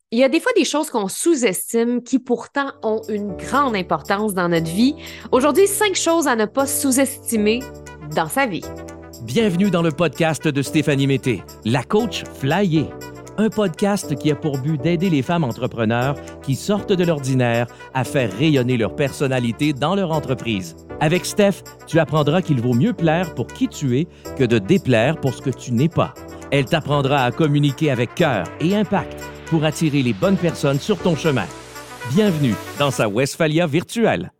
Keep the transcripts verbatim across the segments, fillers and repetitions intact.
Il y a des fois des choses qu'on sous-estime qui pourtant ont une grande importance dans notre vie. Aujourd'hui, cinq choses à ne pas sous-estimer dans sa vie. Bienvenue dans le podcast de Stéphanie Mété, la coach Flyer. Un podcast qui a pour but d'aider les femmes entrepreneurs qui sortent de l'ordinaire à faire rayonner leur personnalité dans leur entreprise. Avec Steph, tu apprendras qu'il vaut mieux plaire pour qui tu es que de déplaire pour ce que tu n'es pas. Elle t'apprendra à communiquer avec cœur et impact pour attirer les bonnes personnes sur ton chemin. Bienvenue dans sa Westphalia virtuelle.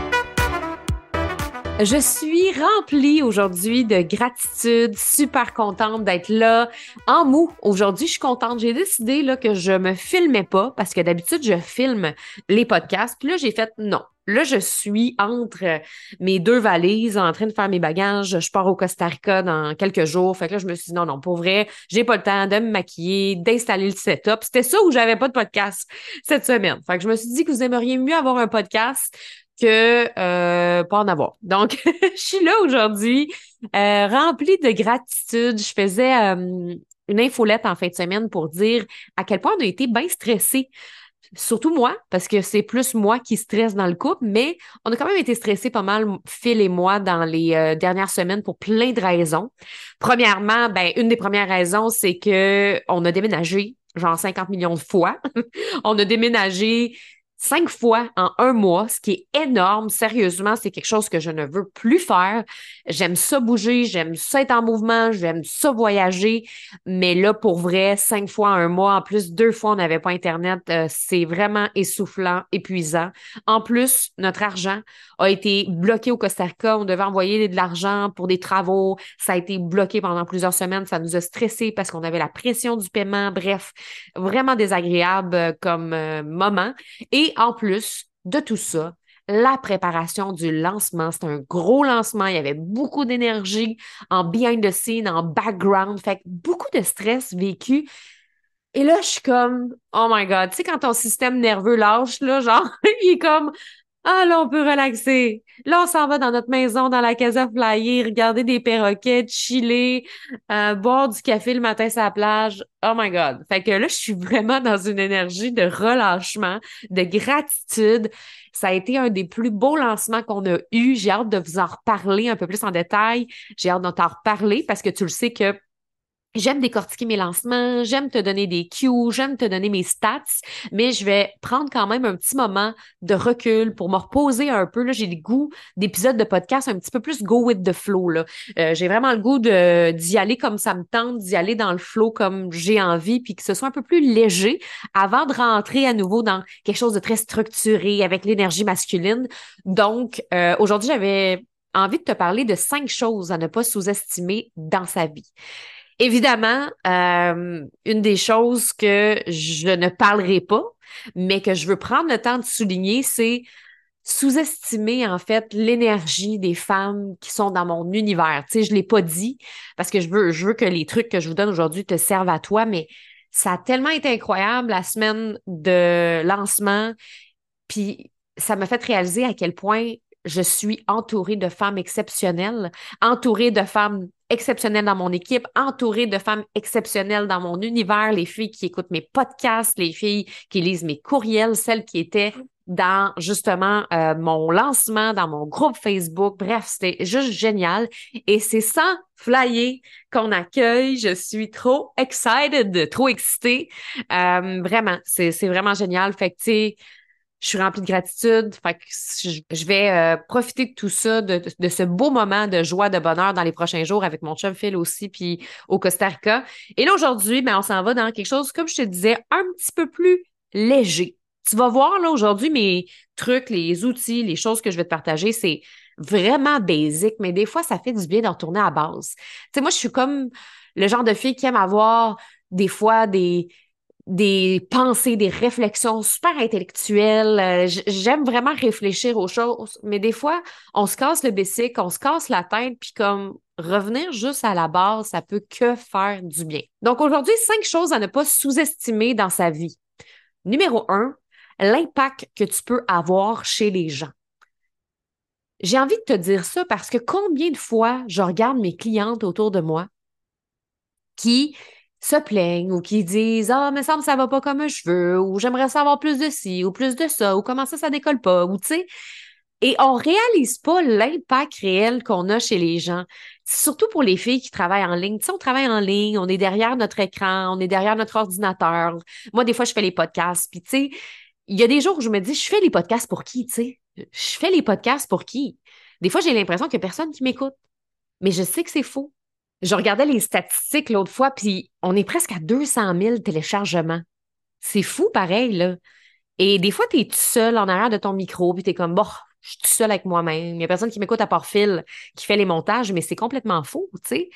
Je suis remplie aujourd'hui de gratitude, super contente d'être là en mou. Aujourd'hui, je suis contente. J'ai décidé là, que je me filmais pas parce que d'habitude, je filme les podcasts. Puis là, j'ai fait non. Là, je suis entre mes deux valises en train de faire mes bagages. Je pars au Costa Rica dans quelques jours. Fait que là, je me suis dit non, non, pour vrai, j'ai pas le temps de me maquiller, d'installer le setup. C'était ça où j'avais pas de podcast cette semaine. Fait que je me suis dit que vous aimeriez mieux avoir un podcast que euh, pas en avoir. Donc, je suis là aujourd'hui, euh, remplie de gratitude. Je faisais euh, une infolette en fin de semaine pour dire à quel point on a été bien stressés. Surtout moi, parce que c'est plus moi qui stresse dans le couple, mais on a quand même été stressés pas mal, Phil et moi, dans les euh, dernières semaines pour plein de raisons. Premièrement, ben une des premières raisons, c'est que on a déménagé genre cinquante millions de fois. On a déménagé cinq fois en un mois, ce qui est énorme. Sérieusement, c'est quelque chose que je ne veux plus faire. J'aime ça bouger, j'aime ça être en mouvement, j'aime ça voyager. Mais là, pour vrai, cinq fois en un mois, en plus, deux fois, on n'avait pas Internet. Euh, c'est vraiment essoufflant, épuisant. En plus, notre argent a été bloqué au Costa Rica. On devait envoyer de l'argent pour des travaux. Ça a été bloqué pendant plusieurs semaines. Ça nous a stressés parce qu'on avait la pression du paiement. Bref, vraiment désagréable euh, comme euh, moment. Et en plus de tout ça, la préparation du lancement, c'est un gros lancement. Il y avait beaucoup d'énergie en behind the scene, en background. Fait que beaucoup de stress vécu. Et là, je suis comme, oh my God, tu sais, quand ton système nerveux lâche, là, genre, il est comme, ah, là, on peut relaxer. Là, on s'en va dans notre maison, dans la Casa Flyer, regarder des perroquets, chiller, euh, boire du café le matin sur la plage. Oh my God. Fait que là, je suis vraiment dans une énergie de relâchement, de gratitude. Ça a été un des plus beaux lancements qu'on a eu. J'ai hâte de vous en reparler un peu plus en détail. J'ai hâte d'en t'en reparler parce que tu le sais que j'aime décortiquer mes lancements, j'aime te donner des cues, j'aime te donner mes stats, mais je vais prendre quand même un petit moment de recul pour me reposer un peu. Là, j'ai le goût d'épisodes de podcast un petit peu plus go with the flow. Là. Euh, j'ai vraiment le goût de, d'y aller comme ça me tente, d'y aller dans le flow comme j'ai envie, puis que ce soit un peu plus léger avant de rentrer à nouveau dans quelque chose de très structuré avec l'énergie masculine. Donc, euh, aujourd'hui, j'avais envie de te parler de cinq choses à ne pas sous-estimer dans sa vie. Évidemment, euh, une des choses que je ne parlerai pas, mais que je veux prendre le temps de souligner, c'est sous-estimer en fait l'énergie des femmes qui sont dans mon univers. Tu sais, je l'ai pas dit parce que je veux, je veux que les trucs que je vous donne aujourd'hui te servent à toi, mais ça a tellement été incroyable la semaine de lancement, puis ça m'a fait réaliser à quel point je suis entourée de femmes exceptionnelles, entourée de femmes exceptionnelles dans mon équipe, entourée de femmes exceptionnelles dans mon univers, les filles qui écoutent mes podcasts, les filles qui lisent mes courriels, celles qui étaient dans justement euh, mon lancement, dans mon groupe Facebook. Bref, c'était juste génial. Et c'est sans flyer qu'on accueille. Je suis trop excited, trop excitée. Euh, vraiment, c'est, c'est vraiment génial. Fait que, tu sais, je suis remplie de gratitude. Fait que je je vais euh, profiter de tout ça, de, de ce beau moment de joie, de bonheur dans les prochains jours avec mon chum Phil aussi, puis au Costa Rica. Et là, aujourd'hui, ben, on s'en va dans quelque chose, comme je te disais, un petit peu plus léger. Tu vas voir, là, aujourd'hui, mes trucs, les outils, les choses que je vais te partager, c'est vraiment basic, mais des fois, ça fait du bien de retourner à la base. Tu sais, moi, je suis comme le genre de fille qui aime avoir des fois des des pensées, des réflexions super intellectuelles. Euh, j- j'aime vraiment réfléchir aux choses, mais des fois, on se casse le bessic, on se casse la tête, puis comme revenir juste à la base, ça peut que faire du bien. Donc aujourd'hui, cinq choses à ne pas sous-estimer dans sa vie. Numéro un, l'impact que tu peux avoir chez les gens. J'ai envie de te dire ça parce que combien de fois je regarde mes clientes autour de moi qui se plaignent ou qui disent ah, mais ça me ça va pas comme je veux, ou j'aimerais savoir plus de ci, ou plus de ça, ou comment ça, ça décolle pas, ou tu sais. Et on réalise pas l'impact réel qu'on a chez les gens. Surtout pour les filles qui travaillent en ligne. Tu sais, on travaille en ligne, on est derrière notre écran, on est derrière notre ordinateur. Moi, des fois, je fais les podcasts. Puis, tu sais, il y a des jours où je me dis, je fais les podcasts pour qui, tu sais? Je fais les podcasts pour qui? Des fois, j'ai l'impression qu'il n'y a personne qui m'écoute. Mais je sais que c'est faux. Je regardais les statistiques l'autre fois, puis on est presque à deux cent mille téléchargements. C'est fou, pareil, là. Et des fois, tu es tout seul en arrière de ton micro, puis tu es comme, bon, je suis tout seul avec moi-même. Il n'y a personne qui m'écoute à part Phil, qui fait les montages, mais c'est complètement faux, tu sais.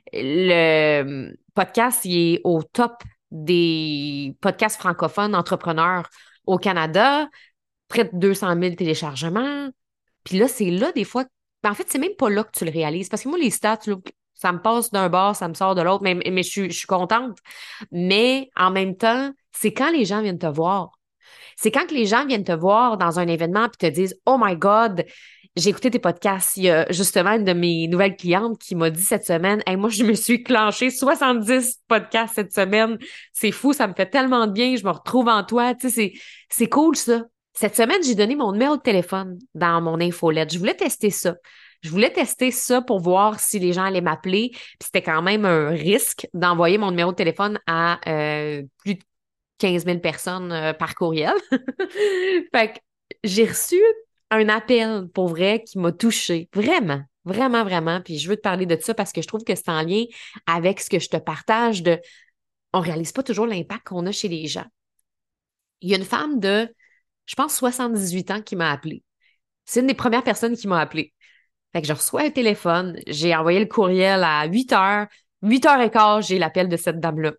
Le podcast, il est au top des podcasts francophones entrepreneurs au Canada, près de deux cent mille téléchargements. Puis là, c'est là, des fois, ben, en fait, c'est même pas là que tu le réalises. Parce que moi, les stats, là, ça me passe d'un bord, ça me sort de l'autre, mais, mais je, suis- je suis contente. Mais en même temps, c'est quand les gens viennent te voir. C'est quand que les gens viennent te voir dans un événement et te disent Oh my God, j'ai écouté tes podcasts. Il y a justement une de mes nouvelles clientes qui m'a dit cette semaine Hey, moi, je me suis clenché soixante-dix podcasts cette semaine. C'est fou, ça me fait tellement de bien, je me retrouve en toi. Tu sais, c'est, c'est cool, ça. Cette semaine, j'ai donné mon numéro de téléphone dans mon infolette. Je voulais tester ça. Je voulais tester ça pour voir si les gens allaient m'appeler. Puis c'était quand même un risque d'envoyer mon numéro de téléphone à euh, plus de quinze mille personnes euh, par courriel. Fait que j'ai reçu un appel pour vrai qui m'a touchée. Vraiment, vraiment, vraiment. Puis je veux te parler de ça parce que je trouve que c'est en lien avec ce que je te partage de on réalise pas toujours l'impact qu'on a chez les gens. Il y a une femme de, je pense, soixante-dix-huit ans qui m'a appelée. C'est une des premières personnes qui m'a appelée. Fait que je reçois un téléphone, j'ai envoyé le courriel à huit heures. huit heures quinze, j'ai l'appel de cette dame-là.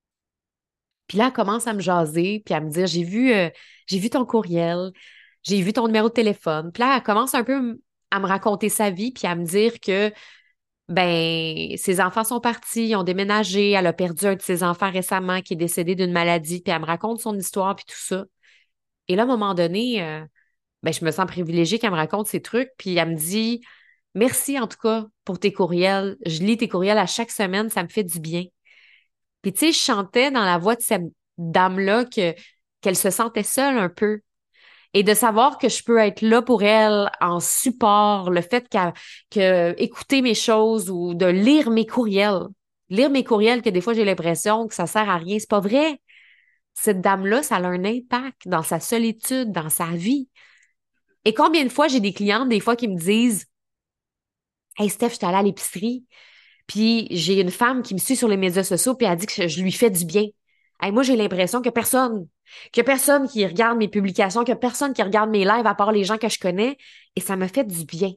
Puis là, elle commence à me jaser, puis à me dire, j'ai vu, euh, j'ai vu ton courriel, j'ai vu ton numéro de téléphone. Puis là, elle commence un peu à me raconter sa vie, puis à me dire que, ben, ses enfants sont partis, ils ont déménagé, elle a perdu un de ses enfants récemment qui est décédé d'une maladie, puis elle me raconte son histoire, puis tout ça. Et là, à un moment donné, euh, ben, je me sens privilégiée qu'elle me raconte ces trucs, puis elle me dit, merci en tout cas pour tes courriels. Je lis tes courriels à chaque semaine, ça me fait du bien. Puis tu sais, je chantais dans la voix de cette dame-là que qu'elle se sentait seule un peu. Et de savoir que je peux être là pour elle en support, le fait qu'elle que écouter mes choses ou de lire mes courriels. Lire mes courriels que des fois j'ai l'impression que ça sert à rien. C'est pas vrai. Cette dame-là, ça a un impact dans sa solitude, dans sa vie. Et combien de fois j'ai des clientes, des fois, qui me disent Hey Steph, je suis allée à l'épicerie. Puis j'ai une femme qui me suit sur les médias sociaux, puis elle dit que je, je lui fais du bien. Hey, moi, j'ai l'impression que personne, que personne qui regarde mes publications, que personne qui regarde mes lives à part les gens que je connais, et ça me fait du bien.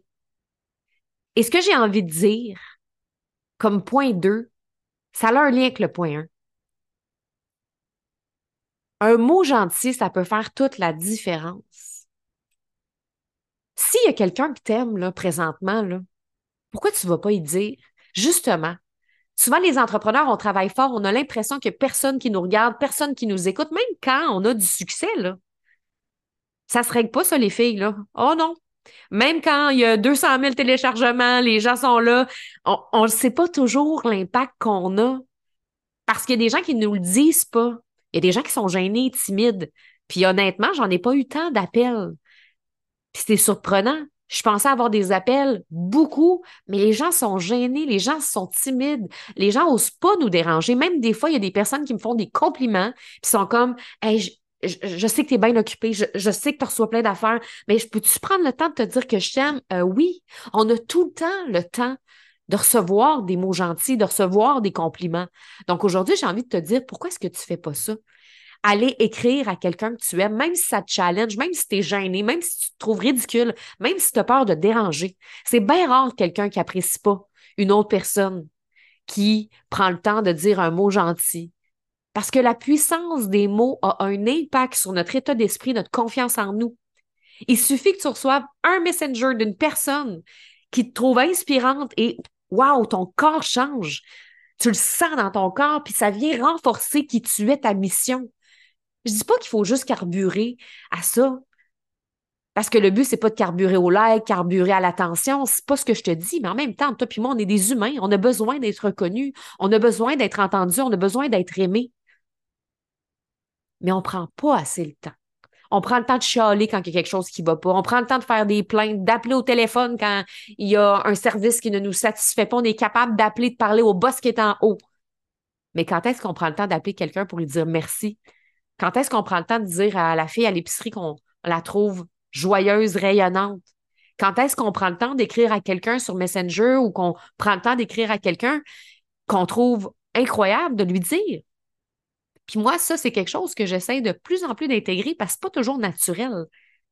Et ce que j'ai envie de dire, comme point deux, ça a un lien avec le point un. Un mot gentil, ça peut faire toute la différence. S'il y a quelqu'un qui t'aime, là, présentement, là, pourquoi tu ne vas pas y dire? Justement, souvent, les entrepreneurs, on travaille fort, on a l'impression qu'il n'y a personne qui nous regarde, personne qui nous écoute, même quand on a du succès, là. Ça se règle pas, ça, les filles, là. Oh non. Même quand il y a deux cent mille téléchargements, les gens sont là, on ne sait pas toujours l'impact qu'on a. Parce qu'il y a des gens qui ne nous le disent pas. Il y a des gens qui sont gênés, timides. Puis honnêtement, j'en ai pas eu tant d'appels. Puis c'est surprenant. Je pensais avoir des appels, beaucoup, mais les gens sont gênés, les gens sont timides, les gens osent pas nous déranger. Même des fois, il y a des personnes qui me font des compliments, puis sont comme, hey, je, je, je sais que tu es bien occupé, je, je sais que tu reçois plein d'affaires, mais je peux-tu prendre le temps de te dire que je t'aime? Euh, oui, on a tout le temps le temps de recevoir des mots gentils, de recevoir des compliments. Donc aujourd'hui, j'ai envie de te dire, pourquoi est-ce que tu fais pas ça? Aller écrire à quelqu'un que tu aimes, même si ça te challenge, même si tu es gêné, même si tu te trouves ridicule, même si tu as peur de déranger. C'est bien rare quelqu'un qui n'apprécie pas une autre personne qui prend le temps de dire un mot gentil. Parce que la puissance des mots a un impact sur notre état d'esprit, notre confiance en nous. Il suffit que tu reçoives un messenger d'une personne qui te trouve inspirante et waouh, ton corps change. Tu le sens dans ton corps, puis ça vient renforcer qui tu es, ta mission. Je dis pas qu'il faut juste carburer à ça. Parce que le but, c'est pas de carburer au like, carburer à l'attention. C'est pas ce que je te dis, mais en même temps, toi puis moi, on est des humains. On a besoin d'être reconnus. On a besoin d'être entendus. On a besoin d'être aimés. Mais on prend pas assez le temps. On prend le temps de chialer quand il y a quelque chose qui va pas. On prend le temps de faire des plaintes, d'appeler au téléphone quand il y a un service qui ne nous satisfait pas. On est capable d'appeler, de parler au boss qui est en haut. Mais quand est-ce qu'on prend le temps d'appeler quelqu'un pour lui dire merci? Quand est-ce qu'on prend le temps de dire à la fille à l'épicerie qu'on la trouve joyeuse, rayonnante? Quand est-ce qu'on prend le temps d'écrire à quelqu'un sur Messenger ou qu'on prend le temps d'écrire à quelqu'un qu'on trouve incroyable de lui dire? Puis moi, ça, c'est quelque chose que j'essaie de plus en plus d'intégrer parce que c'est pas toujours naturel.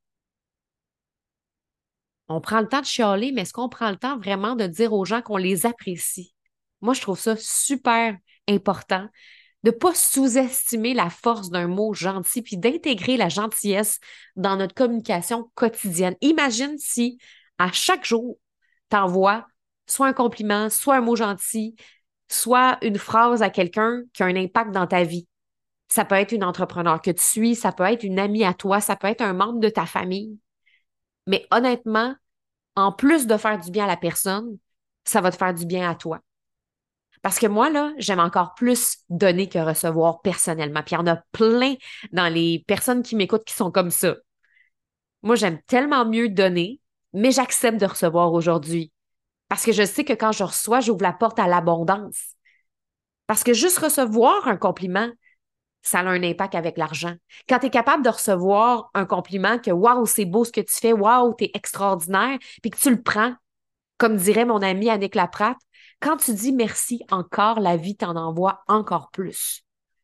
On prend le temps de chialer, mais est-ce qu'on prend le temps vraiment de dire aux gens qu'on les apprécie? Moi, je trouve ça super important de ne pas sous-estimer la force d'un mot gentil, puis d'intégrer la gentillesse dans notre communication quotidienne. Imagine si à chaque jour, tu envoies soit un compliment, soit un mot gentil, soit une phrase à quelqu'un qui a un impact dans ta vie. Ça peut être une entrepreneur que tu suis, ça peut être une amie à toi, ça peut être un membre de ta famille. Mais honnêtement, en plus de faire du bien à la personne, ça va te faire du bien à toi. Parce que moi, là, j'aime encore plus donner que recevoir personnellement. Puis il y en a plein dans les personnes qui m'écoutent qui sont comme ça. Moi, j'aime tellement mieux donner, mais j'accepte de recevoir aujourd'hui. Parce que je sais que quand je reçois, j'ouvre la porte à l'abondance. Parce que juste recevoir un compliment, ça a un impact avec l'argent. Quand tu es capable de recevoir un compliment que waouh, c'est beau ce que tu fais, waouh, t'es extraordinaire, puis que tu le prends, comme dirait mon ami Annick Laprate, quand tu dis merci encore, la vie t'en envoie encore plus.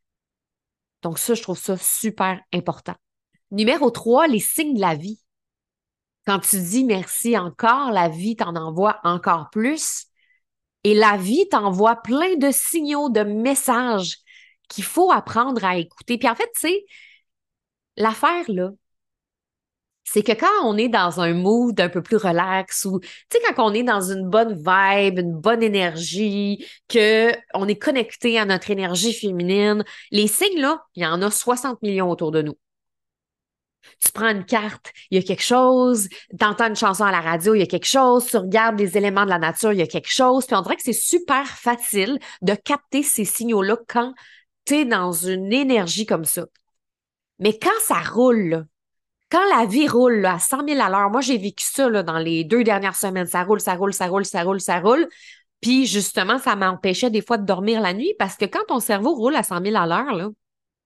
Donc ça, je trouve ça super important. Numéro trois, les signes de la vie. Quand tu dis merci encore, la vie t'en envoie encore plus. Et la vie t'envoie plein de signaux, de messages qu'il faut apprendre à écouter. Puis en fait, tu sais, l'affaire, là, c'est que quand on est dans un mood un peu plus relax ou, tu sais, quand on est dans une bonne vibe, une bonne énergie, que on est connecté à notre énergie féminine, les signes, là, il y en a soixante millions autour de nous. Tu prends une carte, il y a quelque chose, tu entends une chanson à la radio, il y a quelque chose, tu regardes les éléments de la nature, il y a quelque chose, puis on dirait que c'est super facile de capter ces signaux-là quand tu es dans une énergie comme ça. Mais quand ça roule, là, quand la vie roule là, à cent mille à l'heure, moi j'ai vécu ça là, dans les deux dernières semaines, ça roule, ça roule, ça roule, ça roule, ça roule, puis justement, ça m'empêchait des fois de dormir la nuit parce que quand ton cerveau roule à cent mille à l'heure, là,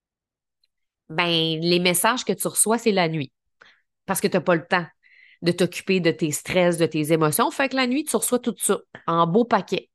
ben les messages que tu reçois, c'est la nuit. Parce que tu n'as pas le temps de t'occuper de tes stress, de tes émotions. Fait que la nuit, tu reçois tout ça en beau paquet.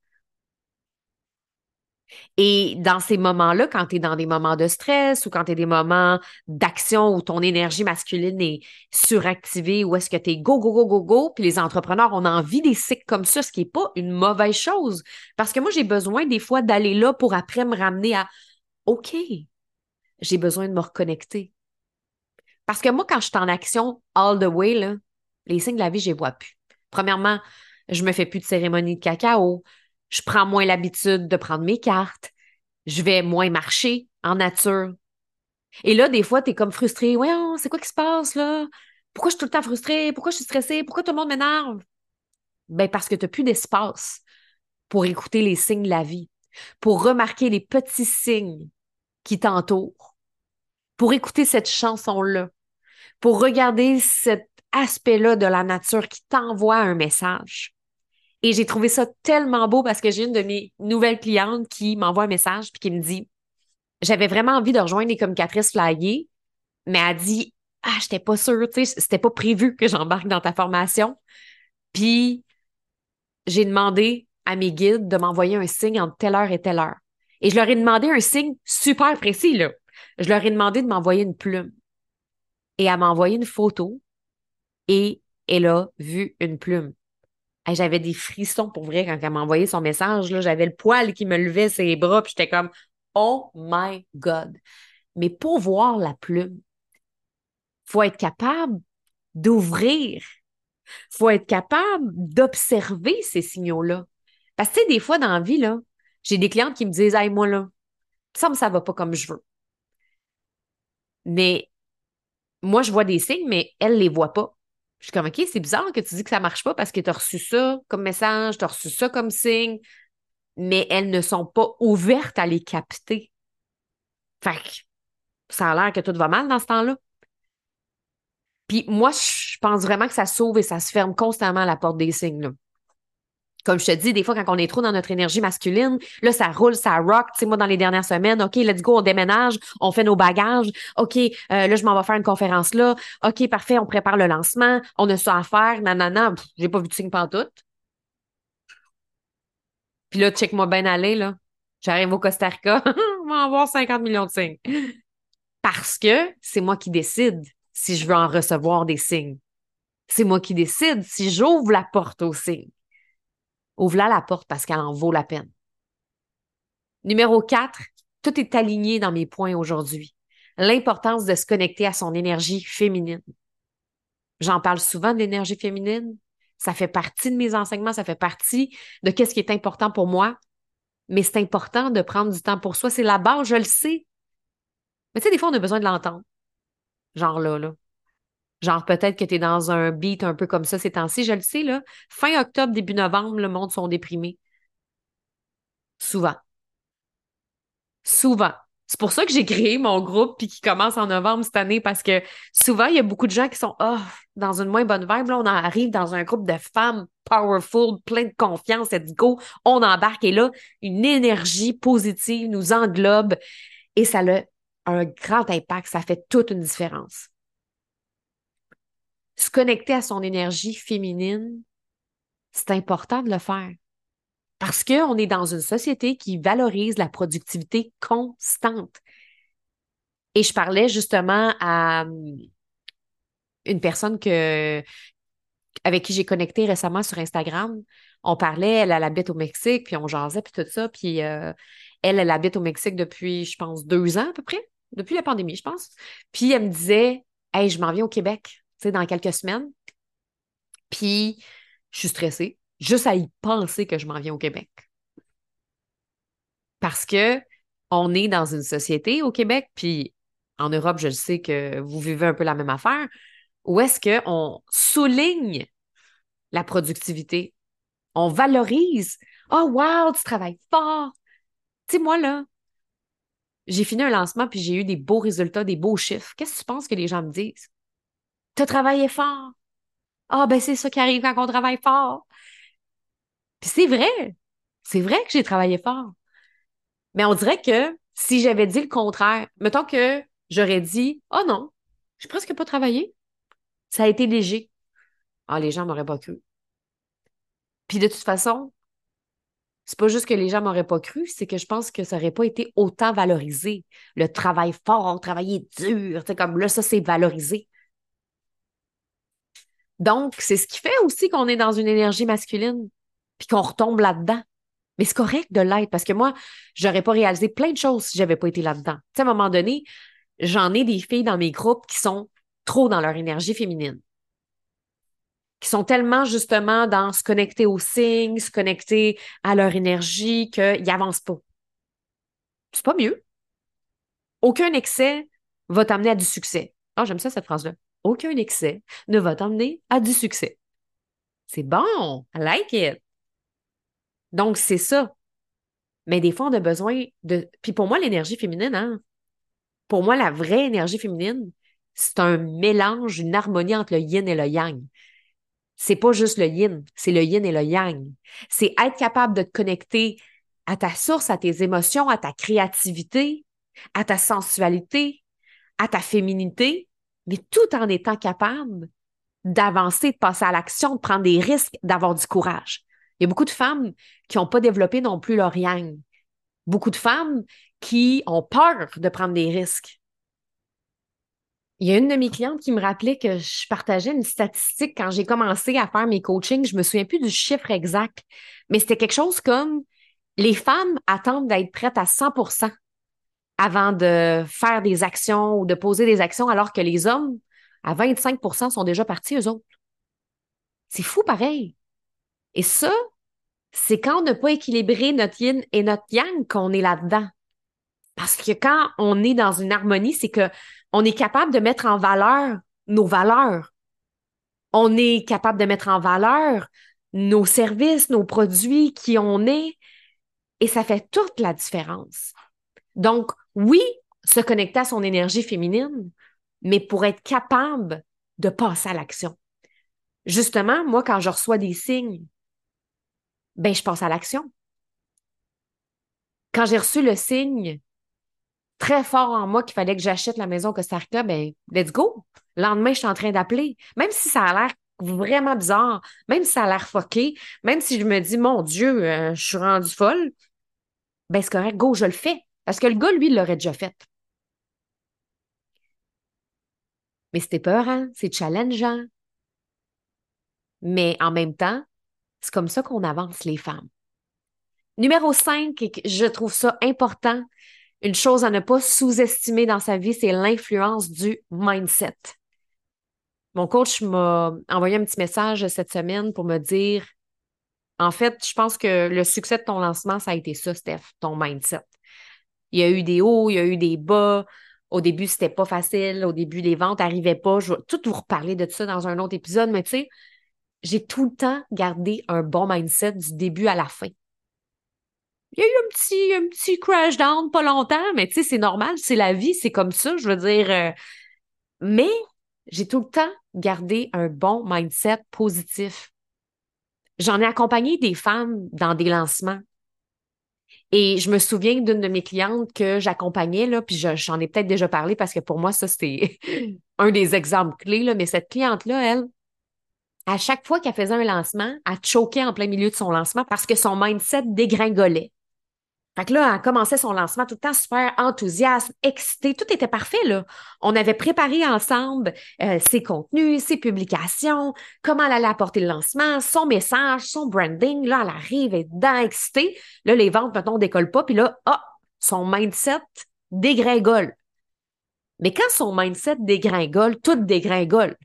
Et dans ces moments-là, quand tu es dans des moments de stress ou quand tu es des moments d'action où ton énergie masculine est suractivée, où est-ce que tu es go, go, go, go, go, puis les entrepreneurs, on a envie des cycles comme ça, ce qui n'est pas une mauvaise chose. Parce que moi, j'ai besoin des fois d'aller là pour après me ramener à OK, j'ai besoin de me reconnecter. Parce que moi, quand je suis en action all the way, là, les signes de la vie, je les vois plus. Premièrement, je me fais plus de cérémonie de cacao. Je prends moins l'habitude de prendre mes cartes. Je vais moins marcher en nature. Et là, des fois, tu es comme frustré. Voyons, c'est quoi qui se passe là? Pourquoi je suis tout le temps frustrée? Pourquoi je suis stressée? Pourquoi tout le monde m'énerve? Ben, parce que tu n'as plus d'espace pour écouter les signes de la vie, pour remarquer les petits signes qui t'entourent, pour écouter cette chanson-là, pour regarder cet aspect-là de la nature qui t'envoie un message. Et j'ai trouvé ça tellement beau parce que j'ai une de mes nouvelles clientes qui m'envoie un message puis qui me dit, j'avais vraiment envie de rejoindre les communicatrices flyées, mais elle dit, ah, j'étais pas sûre, tu sais, c'était pas prévu que j'embarque dans ta formation. Puis j'ai demandé à mes guides de m'envoyer un signe entre telle heure et telle heure. Et je leur ai demandé un signe super précis, là. Je leur ai demandé de m'envoyer une plume. Et elle m'a envoyé une photo et elle a vu une plume. Hey, j'avais des frissons pour vrai quand elle m'a envoyé son message. Là, j'avais le poil qui me levait ses bras, puis j'étais comme Oh my God. Mais pour voir la plume, faut être capable d'ouvrir. Faut être capable d'observer ces signaux-là. Parce que, tu sais, des fois dans la vie, là, j'ai des clientes qui me disent Hey, moi, là, ça me ça va pas comme je veux. Mais moi, je vois des signes, mais elle les voit pas. Je suis comme, OK, c'est bizarre que tu dis que ça marche pas parce que tu as reçu ça comme message, tu as reçu ça comme signe, mais elles ne sont pas ouvertes à les capter. Fait que ça a l'air que tout va mal dans ce temps-là. Puis moi, je pense vraiment que ça s'ouvre et ça se ferme constamment à la porte des signes, là. Comme je te dis, des fois, quand on est trop dans notre énergie masculine, là, ça roule, ça rock. Tu sais, moi, dans les dernières semaines, OK, let's go, on déménage, on fait nos bagages. OK, euh, là, je m'en vais faire une conférence là. OK, parfait, on prépare le lancement. On a ça à faire. Nanana, pff, j'ai pas vu de signe pantoute. Puis là, check-moi bien aller, là. J'arrive au Costa Rica, on va avoir cinquante millions de signes. Parce que c'est moi qui décide si je veux en recevoir des signes. C'est moi qui décide si j'ouvre la porte aux signes. Ouvre-la la porte parce qu'elle en vaut la peine. Numéro quatre, tout est aligné dans mes points aujourd'hui. L'importance de se connecter à son énergie féminine. J'en parle souvent de l'énergie féminine. Ça fait partie de mes enseignements, ça fait partie de qu'est-ce qui est important pour moi. Mais c'est important de prendre du temps pour soi. C'est la base, je le sais. Mais tu sais, des fois, on a besoin de l'entendre. Genre là, là. Genre peut-être que tu es dans un beat un peu comme ça ces temps-ci, je le sais, là. Fin octobre, début novembre, le monde sont déprimés. Souvent. Souvent. C'est pour ça que j'ai créé mon groupe puis qui commence en novembre cette année parce que souvent, il y a beaucoup de gens qui sont oh, dans une moins bonne vibe. Là, on arrive dans un groupe de femmes powerful, plein de confiance, let's go. On embarque et là, une énergie positive nous englobe et ça a un grand impact. Ça fait toute une différence. Se connecter à son énergie féminine, c'est important de le faire. Parce qu'on est dans une société qui valorise la productivité constante. Et je parlais justement à une personne que, avec qui j'ai connecté récemment sur Instagram. On parlait, elle, elle habite au Mexique, puis on jasait, puis tout ça. Puis euh, elle, elle habite au Mexique depuis, je pense, deux ans à peu près, depuis la pandémie, je pense. Puis elle me disait, hey, je m'en viens au Québec, tu sais, dans quelques semaines. Puis je suis stressée, juste à y penser que je m'en viens au Québec. Parce que on est dans une société au Québec, puis en Europe, je le sais que vous vivez un peu la même affaire, où est-ce qu'on souligne la productivité? On valorise. Oh, wow, tu travailles fort. Tu sais, moi, là, j'ai fini un lancement, puis j'ai eu des beaux résultats, des beaux chiffres. Qu'est-ce que tu penses que les gens me disent? T'as travaillé fort. Ah, ben c'est ça qui arrive quand on travaille fort. Puis c'est vrai. C'est vrai que j'ai travaillé fort. Mais on dirait que si j'avais dit le contraire, mettons que j'aurais dit, oh non, j'ai presque pas travaillé. Ça a été léger. Ah, les gens m'auraient pas cru. Puis de toute façon, c'est pas juste que les gens m'auraient pas cru, c'est que je pense que ça aurait pas été autant valorisé. Le travail fort, travailler dur, tu sais, comme là, ça, c'est valorisé. Donc, c'est ce qui fait aussi qu'on est dans une énergie masculine, puis qu'on retombe là-dedans. Mais c'est correct de l'être, parce que moi, j'aurais pas réalisé plein de choses si j'avais pas été là-dedans. Tu sais, à un moment donné, j'en ai des filles dans mes groupes qui sont trop dans leur énergie féminine, qui sont tellement justement dans se connecter aux signes, se connecter à leur énergie, qu'ils n'avancent pas. C'est pas mieux. Aucun excès va t'amener à du succès. Ah, j'aime ça, cette phrase-là. Aucun excès ne va t'emmener à du succès. C'est bon, I like it. Donc, c'est ça. Mais des fois, on a besoin de... Puis pour moi, l'énergie féminine, hein, pour moi, la vraie énergie féminine, c'est un mélange, une harmonie entre le yin et le yang. C'est pas juste le yin, c'est le yin et le yang. C'est être capable de te connecter à ta source, à tes émotions, à ta créativité, à ta sensualité, à ta féminité, mais tout en étant capable d'avancer, de passer à l'action, de prendre des risques, d'avoir du courage. Il y a beaucoup de femmes qui n'ont pas développé non plus leur yang. Beaucoup de femmes qui ont peur de prendre des risques. Il y a une de mes clientes qui me rappelait que je partageais une statistique quand j'ai commencé à faire mes coachings. Je me souviens plus du chiffre exact, mais c'était quelque chose comme les femmes attendent d'être prêtes à cent pour cent avant de faire des actions ou de poser des actions, alors que les hommes, à vingt-cinq pour cent, sont déjà partis, eux autres. C'est fou pareil. Et ça, c'est quand on n'a pas équilibré notre yin et notre yang qu'on est là-dedans. Parce que quand on est dans une harmonie, c'est que on est capable de mettre en valeur nos valeurs. On est capable de mettre en valeur nos services, nos produits, qui on est, et ça fait toute la différence. Donc, oui, se connecter à son énergie féminine, mais pour être capable de passer à l'action. Justement, moi, quand je reçois des signes, ben, je passe à l'action. Quand j'ai reçu le signe très fort en moi qu'il fallait que j'achète la maison Costa Rica, ben, let's go. Le lendemain, je suis en train d'appeler. Même si ça a l'air vraiment bizarre, même si ça a l'air fucké, même si je me dis, mon Dieu, euh, je suis rendue folle, ben, c'est correct, go, je le fais. Parce que le gars, lui, il l'aurait déjà fait. Mais c'était peurant, c'est challengeant. Mais en même temps, c'est comme ça qu'on avance les femmes. Numéro cinq, et que je trouve ça important, une chose à ne pas sous-estimer dans sa vie, c'est l'influence du mindset. Mon coach m'a envoyé un petit message cette semaine pour me dire, en fait, je pense que le succès de ton lancement, ça a été ça, Steph, ton mindset. Il y a eu des hauts, il y a eu des bas. Au début, c'était pas facile. Au début, les ventes n'arrivaient pas. Je vais tout vous reparler de ça dans un autre épisode, mais tu sais, j'ai tout le temps gardé un bon mindset du début à la fin. Il y a eu un petit, un petit crash down, pas longtemps, mais tu sais, c'est normal, c'est la vie, c'est comme ça, je veux dire. euh, mais j'ai tout le temps gardé un bon mindset positif. J'en ai accompagné des femmes dans des lancements. Et je me souviens d'une de mes clientes que j'accompagnais, là, puis je- j'en ai peut-être déjà parlé parce que pour moi, ça, c'était un des exemples clés, là, mais cette cliente-là, elle, à chaque fois qu'elle faisait un lancement, elle choquait en plein milieu de son lancement parce que son mindset dégringolait. Fait que là, elle commençait son lancement tout le temps super enthousiaste, excitée, tout était parfait, là. On avait préparé ensemble euh, ses contenus, ses publications, comment elle allait apporter le lancement, son message, son branding. Là, elle arrive, elle est dedans, excitée. Là, les ventes, mettons, décollent pas, puis là, ah, son mindset dégringole. Mais quand son mindset dégringole, tout dégringole.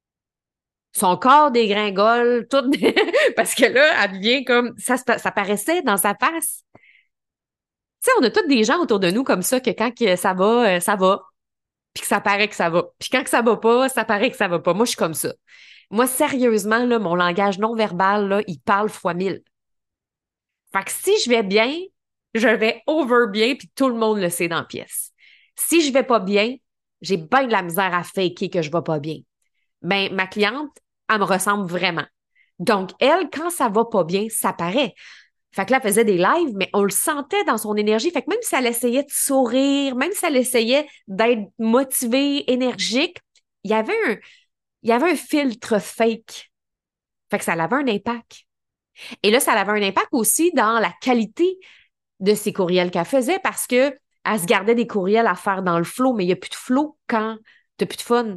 Son corps dégringole, tout dé- parce que là, elle devient comme ça, se pa- ça paraissait dans sa face. Tu sais, on a tous des gens autour de nous comme ça que quand que ça va, euh, ça va, puis que ça paraît que ça va. Puis quand que ça va pas, ça paraît que ça va pas. Moi, je suis comme ça. Moi, sérieusement, là, mon langage non verbal, là, il parle fois mille. Fait que si je vais bien, je vais over bien, puis tout le monde le sait dans la pièce. Si je vais pas bien, j'ai bien de la misère à faker que je vais pas bien. Ben, ma cliente, elle me ressemble vraiment. Donc, elle, quand ça va pas bien, ça paraît. Fait que là, elle faisait des lives, mais on le sentait dans son énergie. Fait que même si elle essayait de sourire, même si elle essayait d'être motivée, énergique, il y avait un, il y avait un filtre fake. Fait que ça avait un impact. Et là, ça avait un impact aussi dans la qualité de ses courriels qu'elle faisait parce que elle se gardait des courriels à faire dans le flow, mais il n'y a plus de flow quand tu n'as plus de fun.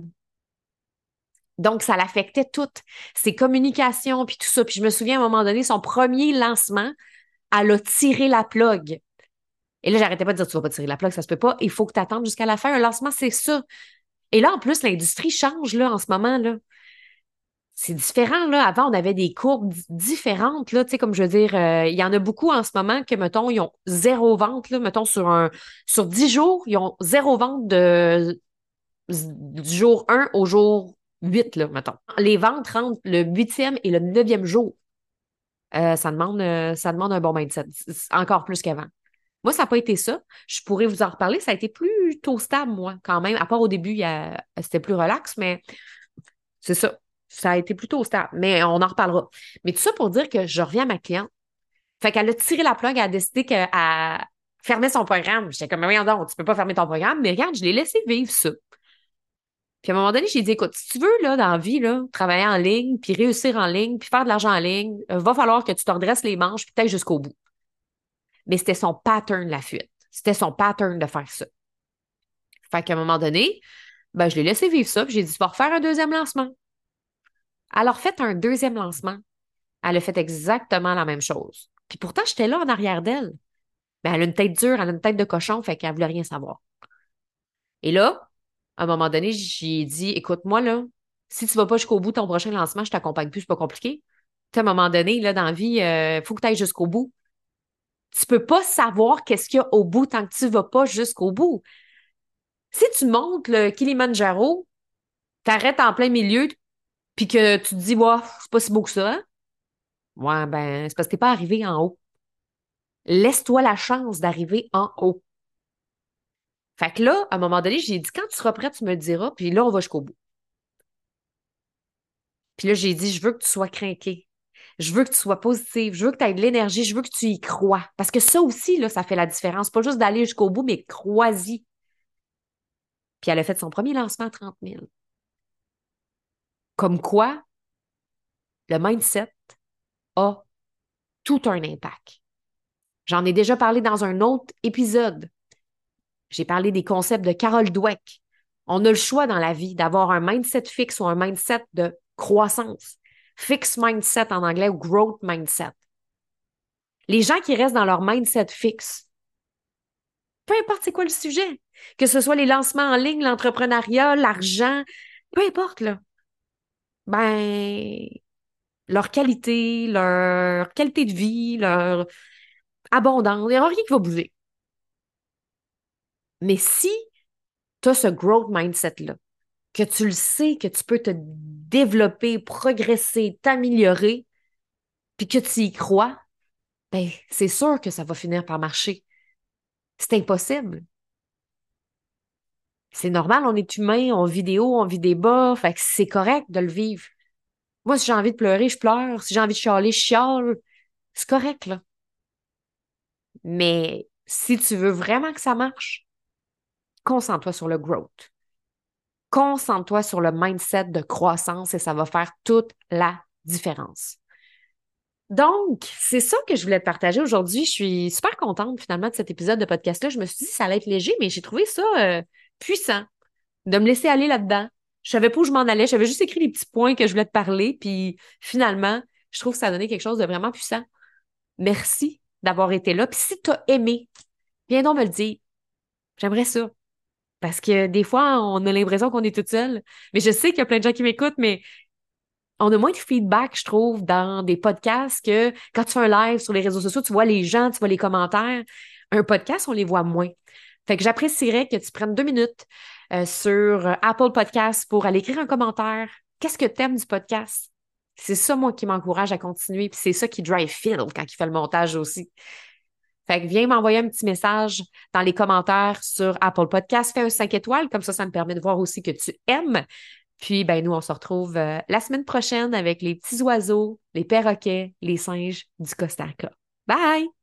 Donc, ça l'affectait tout. Ses communications, puis tout ça. Puis je me souviens à un moment donné, son premier lancement, elle a tiré la plug. Et là, j'arrêtais pas de dire, tu vas pas tirer la plug, ça se peut pas. Il faut que tu attendes jusqu'à la fin. Un lancement, c'est ça. Et là, en plus, l'industrie change, là, en ce moment, là. C'est différent, là. Avant, on avait des courbes d- différentes, là. Tu sais, comme je veux dire, euh, il y en a beaucoup en ce moment que, mettons, ils ont zéro vente, là. Mettons, sur un, sur dix jours, ils ont zéro vente de, du jour un au jour huit, là, mettons. Les ventes rentrent le huitième et le neuvième jour. Euh, ça demande, euh, ça demande un bon mindset, c- c- encore plus qu'avant. Moi, ça n'a pas été ça. Je pourrais vous en reparler. Ça a été plutôt stable, moi, quand même. À part au début, il y a- c'était plus relax, mais c'est ça. Ça a été plutôt stable. Mais on en reparlera. Mais tout ça pour dire que je reviens à ma cliente. Fait qu'elle a tiré la plug, elle a décidé qu'elle fermait son programme. J'étais comme, mais voyons donc, tu peux pas fermer ton programme. Mais regarde, je l'ai laissé vivre ça. Puis à un moment donné, j'ai dit, écoute, si tu veux, là, dans la vie, là, travailler en ligne, puis réussir en ligne, puis faire de l'argent en ligne, euh, va falloir que tu te redresses les manches, puis peut-être jusqu'au bout. Mais c'était son pattern, la fuite. C'était son pattern de faire ça. Fait qu'à un moment donné, ben, je l'ai laissé vivre ça, puis j'ai dit, tu vas refaire un deuxième lancement. Elle a refait un deuxième lancement. Elle a fait exactement la même chose. Puis pourtant, j'étais là en arrière d'elle. Mais elle a une tête dure, elle a une tête de cochon, fait qu'elle voulait rien savoir. Et là, à un moment donné, j'ai dit, écoute, moi, là, si tu vas pas jusqu'au bout de ton prochain lancement, je t'accompagne plus, c'est pas compliqué. Tu sais, à un moment donné, là, dans la vie, il faut que tu ailles jusqu'au bout. Tu peux pas savoir qu'est-ce qu'il y a au bout tant que tu vas pas jusqu'au bout. Si tu montes le Kilimandjaro, t'arrêtes en plein milieu, puis que tu te dis, ouais, c'est pas si beau que ça, hein? Ouais, ben, c'est parce que t'es pas arrivé en haut. Laisse-toi la chance d'arriver en haut. Fait que là, à un moment donné, j'ai dit, quand tu seras prêt, tu me le diras, puis là, on va jusqu'au bout. Puis là, j'ai dit, je veux que tu sois craqué. Je veux que tu sois positive. Je veux que tu aies de l'énergie. Je veux que tu y crois. Parce que ça aussi, là, ça fait la différence. Pas juste d'aller jusqu'au bout, mais crois-y. Puis elle a fait son premier lancement à trente mille. Comme quoi, le mindset a tout un impact. J'en ai déjà parlé dans un autre épisode. J'ai parlé des concepts de Carol Dweck. On a le choix dans la vie d'avoir un mindset fixe ou un mindset de croissance. Fixed mindset en anglais ou growth mindset. Les gens qui restent dans leur mindset fixe, peu importe c'est quoi le sujet, que ce soit les lancements en ligne, l'entrepreneuriat, l'argent, peu importe, là, ben, leur qualité, leur qualité de vie, leur abondance, il n'y aura rien qui va bouger. Mais si tu as ce growth mindset-là, que tu le sais, que tu peux te développer, progresser, t'améliorer, puis que tu y crois, ben, c'est sûr que ça va finir par marcher. C'est impossible. C'est normal, on est humain, on vit des hauts, on vit des bas, fait que c'est correct de le vivre. Moi, si j'ai envie de pleurer, je pleure. Si j'ai envie de chialer, je chiale. C'est correct, là. Mais si tu veux vraiment que ça marche, concentre-toi sur le growth. Concentre-toi sur le mindset de croissance et ça va faire toute la différence. Donc, c'est ça que je voulais te partager aujourd'hui. Je suis super contente finalement de cet épisode de podcast-là. Je me suis dit que ça allait être léger, mais j'ai trouvé ça euh, puissant de me laisser aller là-dedans. Je savais pas où je m'en allais. J'avais juste écrit les petits points que je voulais te parler. Puis finalement, je trouve que ça a donné quelque chose de vraiment puissant. Merci d'avoir été là. Puis si tu as aimé, viens donc me le dire. J'aimerais ça. Parce que des fois, on a l'impression qu'on est toute seule. Mais je sais qu'il y a plein de gens qui m'écoutent, mais on a moins de feedback, je trouve, dans des podcasts que quand tu fais un live sur les réseaux sociaux, tu vois les gens, tu vois les commentaires. Un podcast, on les voit moins. Fait que j'apprécierais que tu prennes deux minutes euh, sur euh, Apple Podcasts pour aller écrire un commentaire. Qu'est-ce que tu aimes du podcast? C'est ça, moi, qui m'encourage à continuer. Puis c'est ça qui drive Phil quand il fait le montage aussi. Fait que viens m'envoyer un petit message dans les commentaires sur Apple Podcasts. Fais un cinq étoiles, comme ça, ça me permet de voir aussi que tu aimes. Puis, ben, nous, on se retrouve euh, la semaine prochaine avec les petits oiseaux, les perroquets, les singes du Costa Rica. Bye!